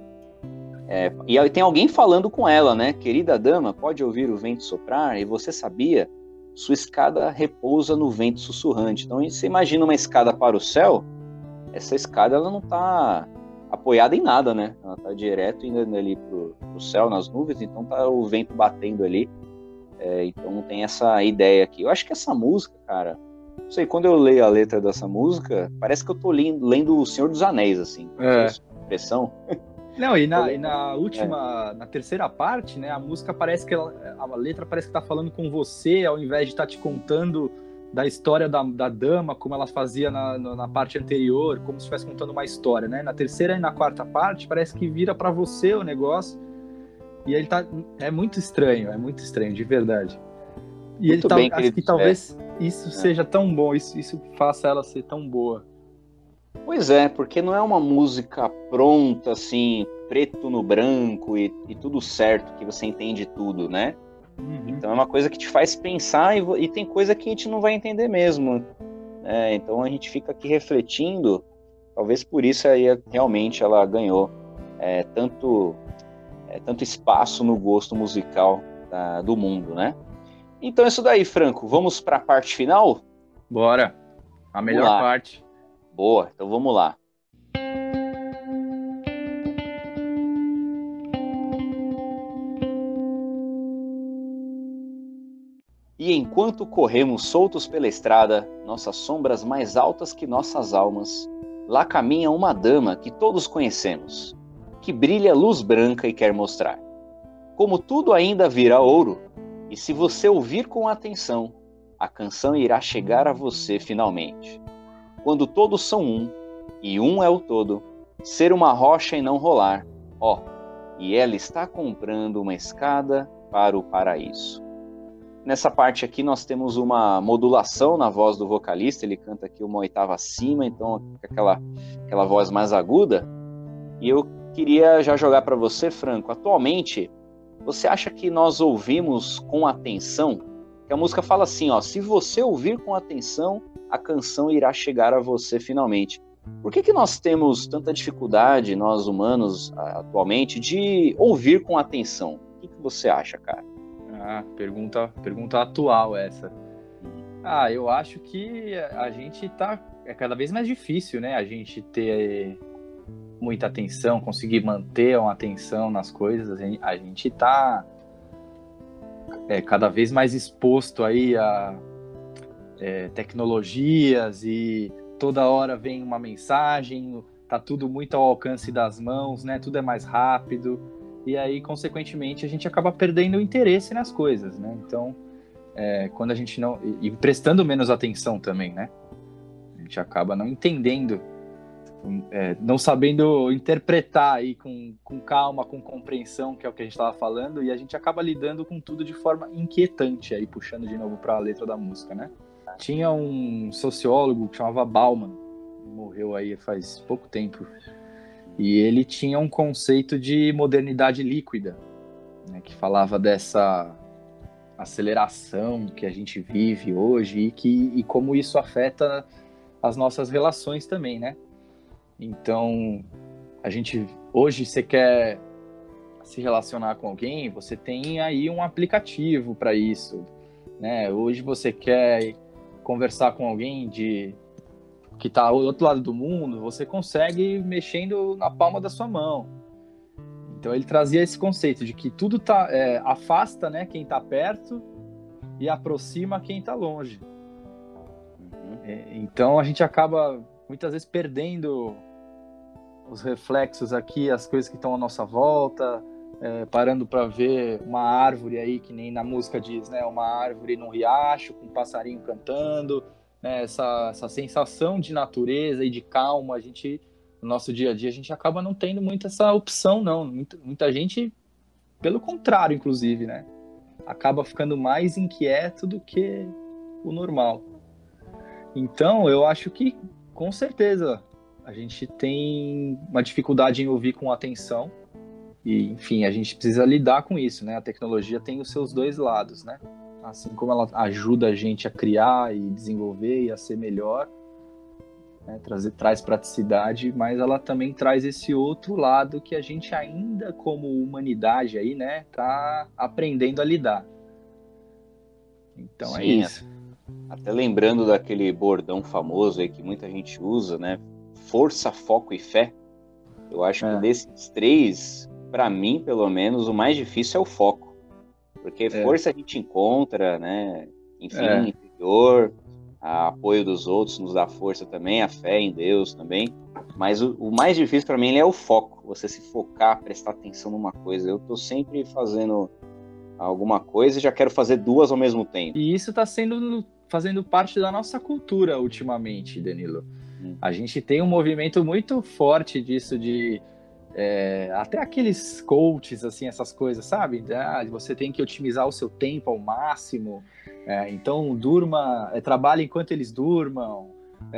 E aí tem alguém falando com ela, né? Querida dama, pode ouvir o vento soprar? E você sabia? Sua escada repousa no vento sussurrante. Então, você imagina uma escada para o céu, essa escada ela não está apoiada em nada, né? Ela está direto indo ali pro céu, nas nuvens, então tá o vento batendo ali. Então tem essa ideia aqui. Eu acho que essa música, cara, não sei, quando eu leio a letra dessa música, parece que eu tô lendo O Senhor dos Anéis, assim. Essa impressão. Não, e na última, na terceira parte, né, a música parece que a letra parece que tá falando com você, ao invés de estar te contando da história da dama, como ela fazia na parte anterior, como se estivesse contando uma história, né? Na terceira e na quarta parte, parece que vira para você o negócio, e ele é muito estranho, de verdade. E muito ele bem, acho que talvez isso seja tão bom, isso faça ela ser tão boa. Pois é, porque não é uma música pronta, assim, preto no branco e tudo certo, que você entende tudo, né? Uhum. Então é uma coisa que te faz pensar e tem coisa que a gente não vai entender mesmo. Então a gente fica aqui refletindo, talvez por isso aí realmente ela ganhou tanto espaço no gosto musical do mundo, né? Então é isso daí, Franco. Vamos para a parte final? Bora! A melhor parte. Boa, então vamos lá. E enquanto corremos soltos pela estrada, nossas sombras mais altas que nossas almas, lá caminha uma dama que todos conhecemos, que brilha luz branca e quer mostrar. Como tudo ainda vira ouro, e se você ouvir com atenção, a canção irá chegar a você finalmente. Quando todos são um, e um é o todo, ser uma rocha e não rolar, ó, e ela está comprando uma escada para o paraíso. Nessa parte aqui nós temos uma modulação na voz do vocalista, ele canta aqui uma oitava acima, então aquela voz mais aguda. E eu queria já jogar para você, Franco, atualmente, você acha que nós ouvimos com atenção? Que a música fala assim, ó, se você ouvir com atenção, a canção irá chegar a você finalmente. Por que nós temos tanta dificuldade, nós humanos, atualmente, de ouvir com atenção? O que você acha, cara? Pergunta atual essa. Eu acho que a gente é cada vez mais difícil, né? A gente ter muita atenção, conseguir manter uma atenção nas coisas. A gente tá cada vez mais exposto aí a tecnologias e toda hora vem uma mensagem, tá tudo muito ao alcance das mãos, né? Tudo é mais rápido. E aí, consequentemente, a gente acaba perdendo o interesse nas coisas, né? Então, quando a gente não... E prestando menos atenção também, né? A gente acaba não entendendo, não sabendo interpretar aí com calma, com compreensão, que é o que a gente estava falando, e a gente acaba lidando com tudo de forma inquietante, aí puxando de novo para a letra da música, né? Tinha um sociólogo que chamava Bauman, morreu aí faz pouco tempo, e ele tinha um conceito de modernidade líquida, né, que falava dessa aceleração que a gente vive hoje e como isso afeta as nossas relações também, né? Então, hoje você quer se relacionar com alguém, você tem aí um aplicativo para isso, né? Hoje você quer conversar com alguém que está do outro lado do mundo, você consegue mexendo na palma da sua mão. Então ele trazia esse conceito de que tudo afasta, né, quem está perto e aproxima quem está longe. Então a gente acaba muitas vezes perdendo os reflexos aqui, as coisas que estão à nossa volta, parando para ver uma árvore aí, que nem na música diz, né, uma árvore num riacho com um passarinho cantando. Essa sensação de natureza e de calma, no nosso dia a dia, a gente acaba não tendo muito essa opção, não. Muita gente, pelo contrário, inclusive, né? Acaba ficando mais inquieto do que o normal. Então, eu acho que, com certeza, a gente tem uma dificuldade em ouvir com atenção e, enfim, a gente precisa lidar com isso, né? A tecnologia tem os seus dois lados, né? Assim como ela ajuda a gente a criar e desenvolver e a ser melhor, né, traz praticidade, mas ela também traz esse outro lado que a gente ainda, como humanidade, aí, né, tá aprendendo a lidar. Então, sim, é isso. Até lembrando daquele bordão famoso aí que muita gente usa, né? Força, foco e fé. Eu acho que desses três, para mim, pelo menos, o mais difícil é o foco. Porque força a gente encontra, né? Enfim, no interior, apoio dos outros nos dá força também, a fé em Deus também. Mas o mais difícil para mim é o foco, você se focar, prestar atenção numa coisa. Eu tô sempre fazendo alguma coisa e já quero fazer duas ao mesmo tempo. E isso tá fazendo parte da nossa cultura ultimamente, Danilo. A gente tem um movimento muito forte disso de... até aqueles coaches, assim, essas coisas, sabe? Você tem que otimizar o seu tempo ao máximo, então trabalhe enquanto eles durmam,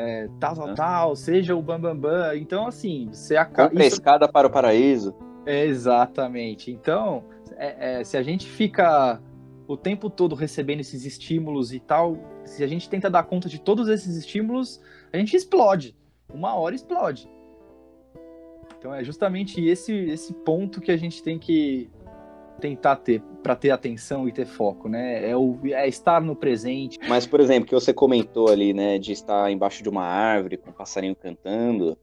tal, seja o bambambam. Então, assim, você acaba... Compre a escada para o paraíso. Exatamente. Então, se a gente fica o tempo todo recebendo esses estímulos e tal, se a gente tenta dar conta de todos esses estímulos, a gente explode. Uma hora explode. Então é justamente esse ponto que a gente tem que tentar ter, para ter atenção e ter foco, né? É estar no presente. Mas, por exemplo, que você comentou ali, né, de estar embaixo de uma árvore com um passarinho cantando,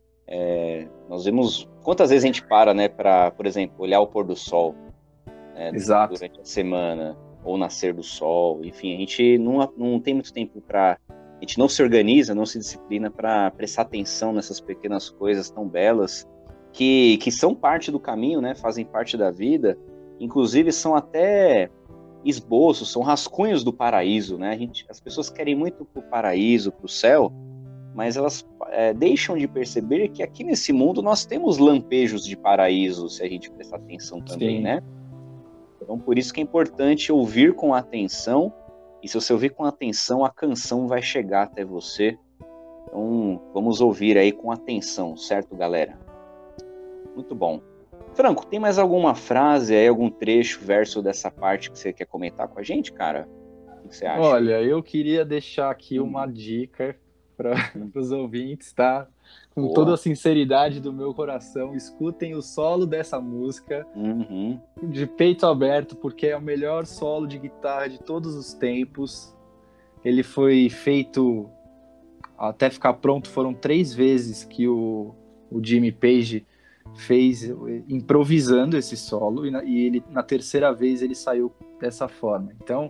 nós vemos quantas vezes a gente para, né, para, por exemplo, olhar o pôr do sol, né, durante a semana, ou nascer do sol, enfim, a gente não tem muito tempo para a gente não se organiza, não se disciplina para prestar atenção nessas pequenas coisas tão belas que são parte do caminho, né? Fazem parte da vida, inclusive são até esboços, são rascunhos do paraíso, né? As pessoas querem muito pro paraíso, pro céu, mas elas deixam de perceber que aqui nesse mundo nós temos lampejos de paraíso, se a gente prestar atenção também, Sim. né? Então, por isso que é importante ouvir com atenção, e se você ouvir com atenção, a canção vai chegar até você. Então, vamos ouvir aí com atenção, certo, galera? Muito bom. Franco, tem mais alguma frase aí, algum trecho, verso dessa parte que você quer comentar com a gente, cara? O que você acha? Olha, eu queria deixar aqui uma dica para os ouvintes, tá? Com Boa. toda a sinceridade do meu coração, escutem o solo dessa música de peito aberto, porque é o melhor solo de guitarra de todos os tempos. Ele foi feito até ficar pronto, foram 3 vezes que o Jimmy Page fez improvisando esse solo, e ele, na terceira vez ele saiu dessa forma. Então,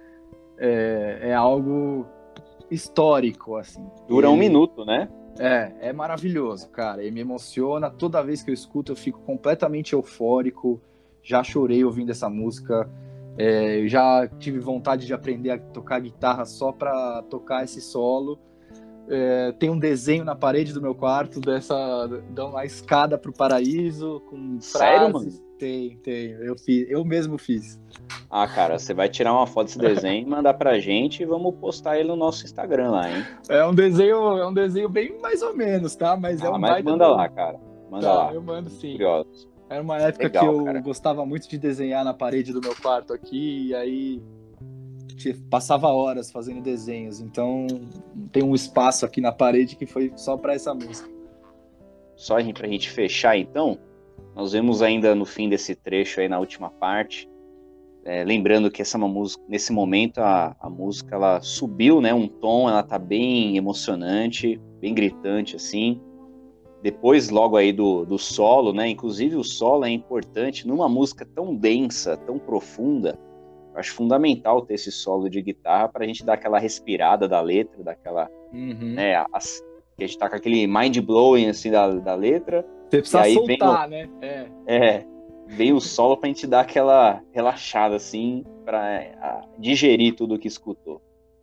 é algo histórico, assim. Dura 1 minuto, né? É maravilhoso, cara. E me emociona. Toda vez que eu escuto, eu fico completamente eufórico. Já chorei ouvindo essa música. Eu já tive vontade de aprender a tocar guitarra só para tocar esse solo. Tem um desenho na parede do meu quarto dá uma escada pro paraíso com Sério, frases. mano? Tem. Eu mesmo fiz. Ah, cara, você vai tirar uma foto desse desenho e mandar pra gente e vamos postar ele no nosso Instagram lá, hein? É um desenho bem mais ou menos, tá? Mas é um mas baita manda lá, cara. Manda lá. Eu mando sim. Curioso. Era uma época Legal, que eu cara. gostava muito de desenhar na parede do meu quarto aqui, e aí passava horas fazendo desenhos. Então tem um espaço aqui na parede que foi só para essa música. Só pra gente fechar, então, nós vemos ainda no fim desse trecho aí, na última parte, lembrando que essa música, nesse momento a música ela subiu, né, um tom, ela tá bem emocionante, bem gritante assim. Depois logo aí do solo, né, inclusive o solo é importante numa música tão densa, tão profunda. Eu acho fundamental ter esse solo de guitarra pra gente dar aquela respirada da letra, daquela, né, que a gente tá com aquele mind blowing assim da letra. Você precisa e aí soltar, vem né? Vem o solo pra gente dar aquela relaxada, assim, pra digerir tudo o que escutou.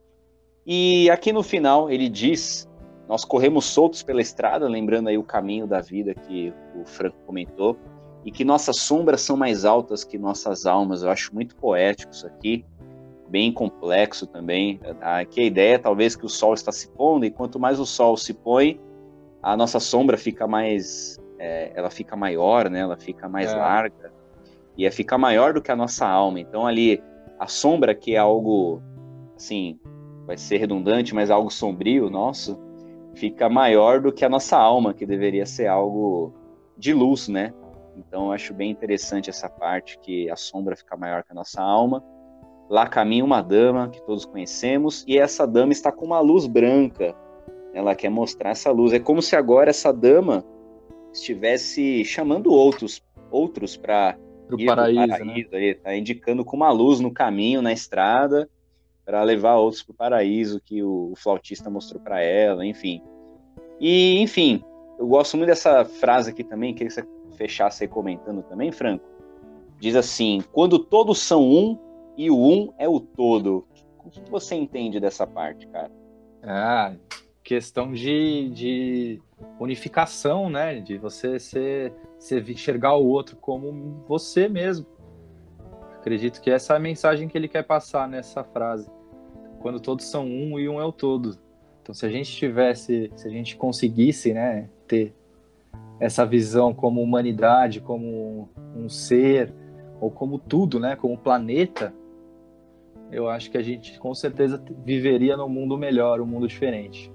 E aqui no final ele diz: nós corremos soltos pela estrada, lembrando aí o caminho da vida que o Franco comentou, e que nossas sombras são mais altas que nossas almas. Eu acho muito poético isso aqui, bem complexo também. Aqui a ideia é talvez que o sol está se pondo, e quanto mais o sol se põe, a nossa sombra fica mais... ela fica maior, né? Ela fica mais larga, e fica maior do que a nossa alma. Então ali, a sombra, que é algo, assim, vai ser redundante, mas algo sombrio, nosso, fica maior do que a nossa alma, que deveria ser algo de luz, né? Então eu acho bem interessante essa parte, que a sombra fica maior que a nossa alma. Lá caminha uma dama, que todos conhecemos, e essa dama está com uma luz branca. Ela quer mostrar essa luz. É como se agora essa dama estivesse chamando outros para ir para o paraíso, né? Ele está indicando com uma luz no caminho, na estrada, para levar outros para o paraíso, que o flautista mostrou para ela, enfim. E, enfim, eu gosto muito dessa frase aqui também, queria que você fechasse aí comentando também, Franco. Diz assim: quando todos são um e o um é o todo. O que você entende dessa parte, cara? Questão de unificação, né? De você enxergar o outro como você mesmo. Acredito que essa é a mensagem que ele quer passar nessa frase. Quando todos são um e um é o todo. Então, se a gente conseguisse, né, ter essa visão como humanidade, como um ser, ou como tudo, né, como planeta, eu acho que a gente com certeza viveria num mundo melhor, um mundo diferente.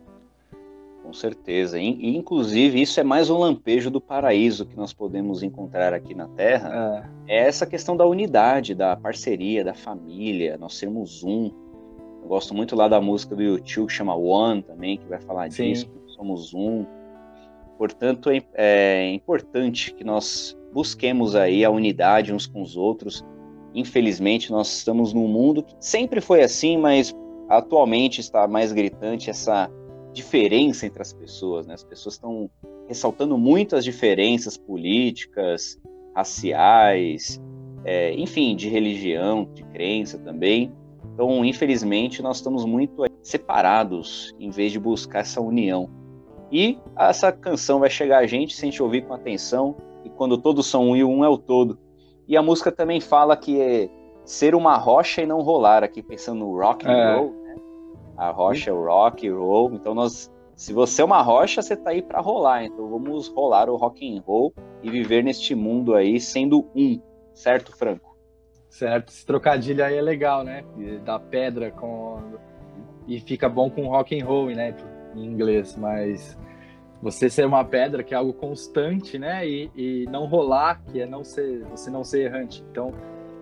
Com certeza. E, inclusive, isso é mais um lampejo do paraíso que nós podemos encontrar aqui na Terra. É essa questão da unidade, da parceria, da família, nós sermos um. Eu gosto muito lá da música do U2, que chama One também, que vai falar disso, que somos um. Portanto, é importante que nós busquemos aí a unidade uns com os outros. Infelizmente, nós estamos num mundo que sempre foi assim, mas atualmente está mais gritante essa diferença entre as pessoas, né? As pessoas estão ressaltando muito as diferenças políticas, raciais, enfim, de religião, de crença também. Então, infelizmente, nós estamos muito separados em vez de buscar essa união. E essa canção vai chegar a gente se a gente ouvir com atenção, e quando todos são um e um é o todo. E a música também fala que é ser uma rocha e não rolar, aqui pensando no rock and roll, né? A rocha é o rock and roll, então se você é uma rocha, você tá aí para rolar, então vamos rolar o rock and roll e viver neste mundo aí sendo um, certo, Franco? Certo, esse trocadilho aí é legal, né? Da pedra e fica bom com rock and roll, né? Em inglês, mas você ser uma pedra, que é algo constante, né? E não rolar, que é você não ser errante. Então,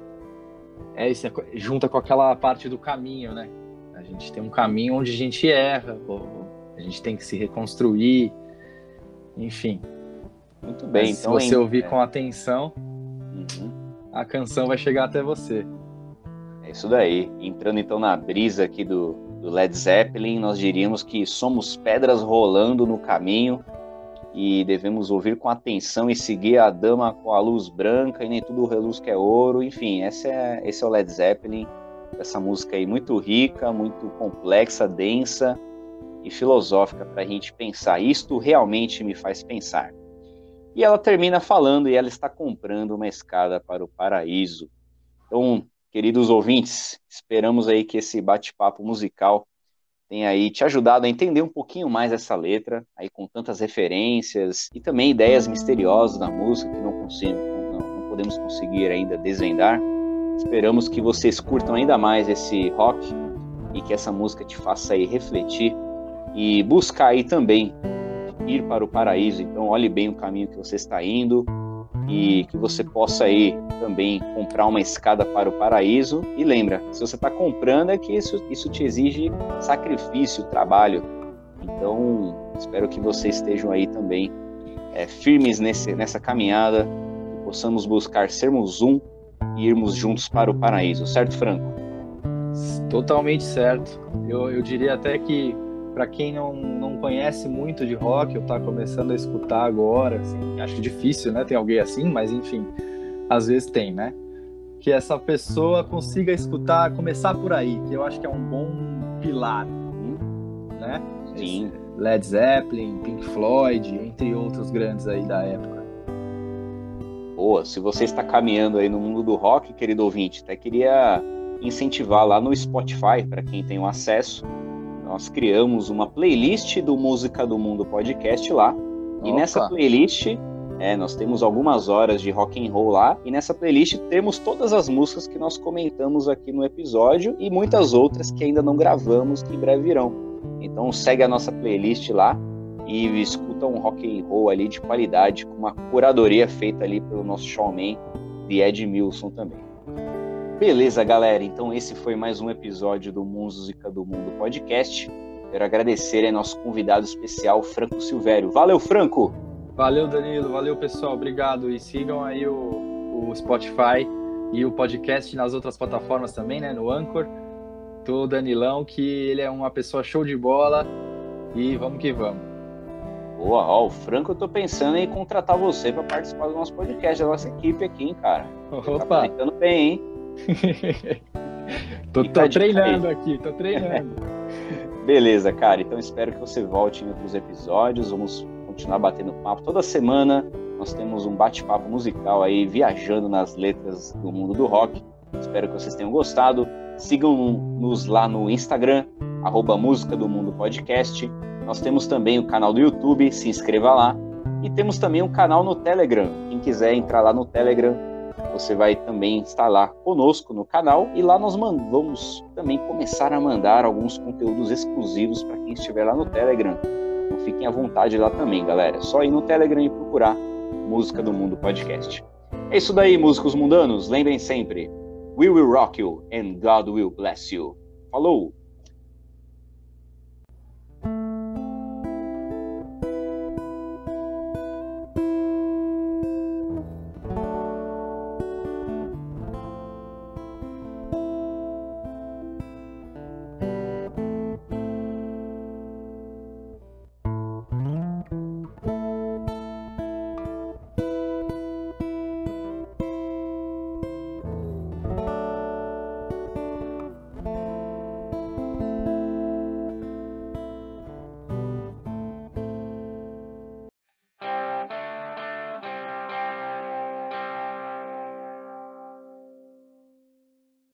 isso junta com aquela parte do caminho, né? A gente tem um caminho onde a gente erra, a gente tem que se reconstruir, enfim. Muito bem. Mas então, se você ouvir com atenção, a canção vai chegar até você. É isso daí. Entrando então na brisa aqui do Led Zeppelin, nós diríamos que somos pedras rolando no caminho e devemos ouvir com atenção e seguir a dama com a luz branca e nem tudo reluz que é ouro. Enfim, esse é o Led Zeppelin, essa música aí muito rica, muito complexa, densa e filosófica para a gente pensar. Isto realmente me faz pensar. E ela termina falando, e ela está comprando uma escada para o paraíso. Então, queridos ouvintes, esperamos aí que esse bate-papo musical tenha aí te ajudado a entender um pouquinho mais essa letra, aí com tantas referências e também ideias misteriosas da música que não podemos conseguir ainda desvendar. Esperamos que vocês curtam ainda mais esse rock e que essa música te faça aí refletir e buscar aí também ir para o paraíso. Então olhe bem o caminho que você está indo e que você possa aí também comprar uma escada para o paraíso. E lembra, se você está comprando é que isso te exige sacrifício, trabalho. Então espero que vocês estejam aí também firmes nessa caminhada, que possamos buscar sermos um e irmos juntos para o paraíso, certo, Franco? Totalmente certo. Eu diria até que para quem não conhece muito de rock, ou tá começando a escutar agora, assim, acho difícil, né? Tem alguém assim, mas enfim, às vezes tem, né? Que essa pessoa consiga escutar, começar por aí, que eu acho que é um bom pilar, né? Sim. Esse Led Zeppelin, Pink Floyd, entre outros grandes aí da época. Boa, se você está caminhando aí no mundo do rock, querido ouvinte, até queria incentivar lá no Spotify, para quem tem um acesso. Nós criamos uma playlist do Música do Mundo Podcast lá. E nessa playlist, nós temos algumas horas de rock and roll lá. E nessa playlist temos todas as músicas que nós comentamos aqui no episódio e muitas outras que ainda não gravamos, que em breve virão. Então segue a nossa playlist lá e escuta um rock and roll ali de qualidade, com uma curadoria feita ali pelo nosso showman, de Ed Milson também. Beleza, galera, então esse foi mais um episódio do Música do Mundo Podcast. Quero agradecer ao nosso convidado especial, Franco Silvério. Valeu, Franco! Valeu, Danilo, valeu, pessoal, obrigado. E sigam aí o Spotify e o podcast nas outras plataformas também, né, no Anchor, do Danilão, que ele é uma pessoa show de bola, e vamos que vamos. Boa, o Franco, eu tô pensando em contratar você para participar do nosso podcast, da nossa equipe aqui, hein, cara. Opa! Tá aproveitando bem, hein? tô treinando aqui, tô treinando. Beleza, cara, então espero que você volte em outros episódios, vamos continuar batendo papo. Toda semana nós temos um bate-papo musical aí, viajando nas letras do mundo do rock. Espero que vocês tenham gostado. Sigam-nos lá no Instagram, @Música do Mundo Podcast. Nós temos também o canal do YouTube, se inscreva lá. E temos também um canal no Telegram. Quem quiser entrar lá no Telegram, você vai também estar lá conosco no canal. E lá nós vamos também começar a mandar alguns conteúdos exclusivos para quem estiver lá no Telegram. Então fiquem à vontade lá também, galera. É só ir no Telegram e procurar Música do Mundo Podcast. É isso daí, músicos mundanos. Lembrem sempre, we will rock you and God will bless you. Falou!